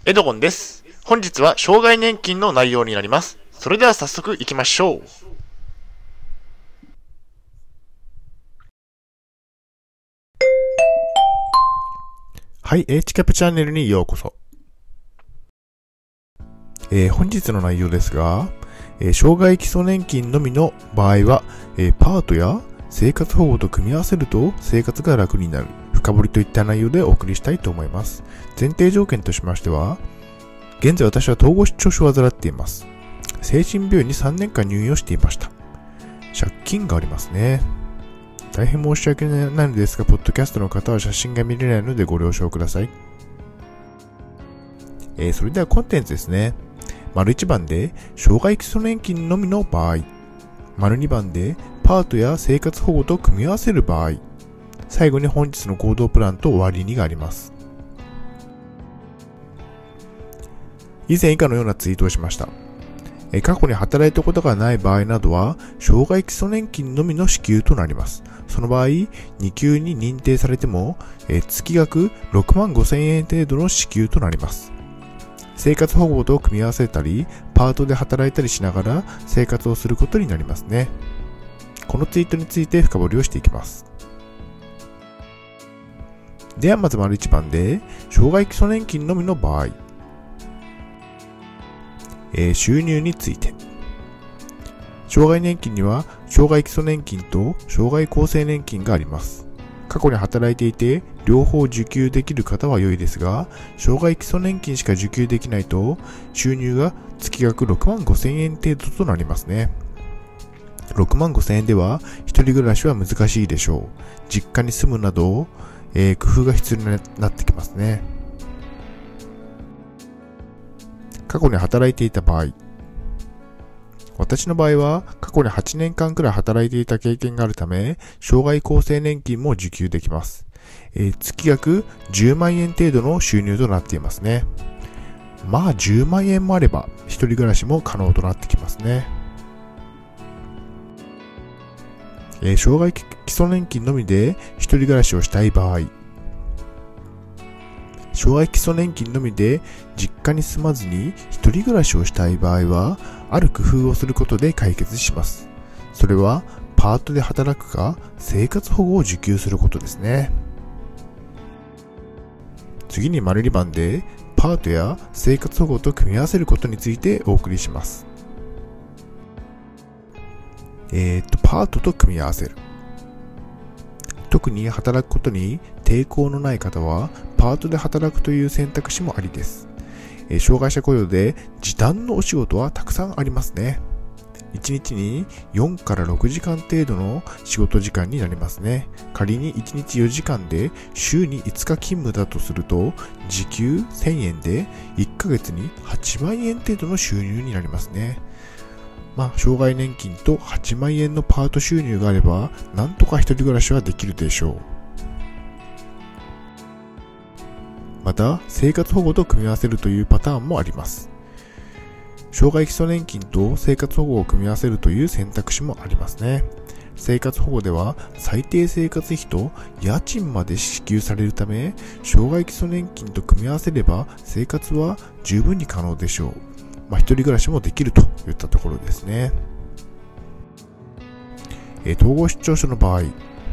エドゴンです。本日は障害年金の内容になります。それでは早速行きましょう。 はい、H キャプチャンネルにようこそ。本日の内容ですが、障害基礎年金のみの場合は、パートや生活保護と組み合わせると生活が楽になる、深掘りといった内容でお送りしたいと思います。前提条件としましては、現在私は統合失調症を患っています。精神病院に3年間入院をしていました。借金がありますね。大変申し訳ないのですが、ポッドキャストの方は写真が見れないのでご了承ください。それではコンテンツですね。丸1番で障害基礎年金のみの場合、丸2番でパートや生活保護と組み合わせる場合、最後に本日の行動プランと終わりにがあります。以前以下のようなツイートをしました。過去に働いたことがない場合などは、障害基礎年金のみの支給となります。その場合、2級に認定されても、月額65,000円程度の支給となります。生活保護と組み合わせたり、パートで働いたりしながら生活をすることになりますね。このツイートについて深掘りをしていきます。ではまず丸1番で、障害基礎年金のみの場合、収入について。障害年金には、障害基礎年金と障害厚生年金があります。過去に働いていて、両方受給できる方は良いですが、障害基礎年金しか受給できないと、収入が月額65,000円程度となりますね。65,000円では、一人暮らしは難しいでしょう。実家に住むなど、工夫が必要になってきますね。過去に働いていた場合、私の場合は過去に8年間くらい働いていた経験があるため、障害厚生年金も受給できます。月額10万円程度の収入となっていますね。まあ10万円もあれば一人暮らしも可能となってきますね。障害基礎年金のみで一人暮らしをしたい場合、障害基礎年金のみで実家に住まずに一人暮らしをしたい場合は、ある工夫をすることで解決します。それはパートで働くか生活保護を受給することですね。次に丸2番でパートや生活保護と組み合わせることについてお送りします。パートと組み合わせる。特に働くことに抵抗のない方はパートで働くという選択肢もありです。障害者雇用で時短のお仕事はたくさんありますね。1日に4から6時間程度の仕事時間になりますね。仮に1日4時間で週に5日勤務だとすると、時給1000円で1ヶ月に8万円程度の収入になりますね。障害年金と8万円のパート収入があれば、なんとか一人暮らしはできるでしょう。また、生活保護と組み合わせるというパターンもあります。障害基礎年金と生活保護を組み合わせるという選択肢もありますね。生活保護では最低生活費と家賃まで支給されるため、障害基礎年金と組み合わせれば生活は十分に可能でしょう。一人暮らしもできるといったところですね。統合失調症の場合、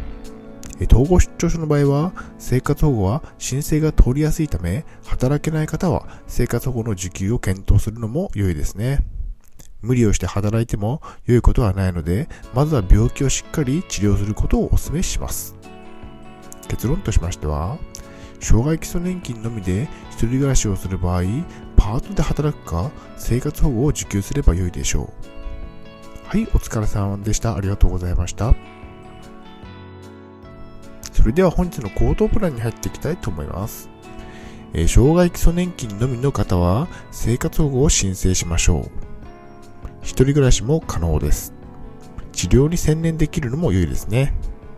は生活保護は申請が通りやすいため、働けない方は生活保護の受給を検討するのも良いですね。無理をして働いても良いことはないので、まずは病気をしっかり治療することをお勧めします。結論としましては、障害基礎年金のみで一人暮らしをする場合、パートで働くか生活保護を受給すれば良いでしょう。はい、お疲れ様でした。ありがとうございました。それでは本日の行動プランに入っていきたいと思います。障害基礎年金のみの方は生活保護を申請しましょう。一人暮らしも可能です。治療に専念できるのも良いですね。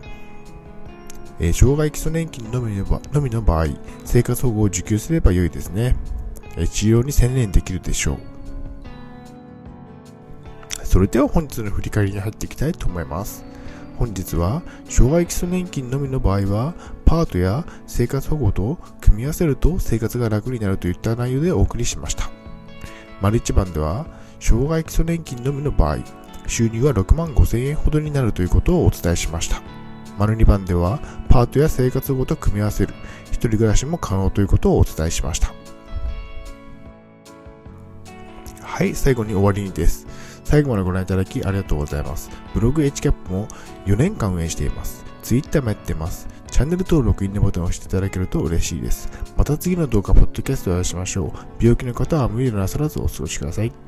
障害基礎年金のみの場合、生活保護を受給すれば良いですね。治療に専念できるでしょう。それでは本日の振り返りに入っていきたいと思います。本日は障害基礎年金のみの場合はパートや生活保護と組み合わせると生活が楽になるといった内容でお送りしました。丸1番では、障害基礎年金のみの場合、収入は6万5千円ほどになるということをお伝えしました。丸2番では、パートや生活保護と組み合わせる、一人暮らしも可能ということをお伝えしました。はい、最後に終わりにです。最後までご覧いただきありがとうございます。ブログ HCAP も4年間運営しています。Twitter もやっています。チャンネル登録、いいねボタンを押していただけると嬉しいです。また次の動画、ポッドキャストでお会いしましょう。病気の方は無理なさらずお過ごしください。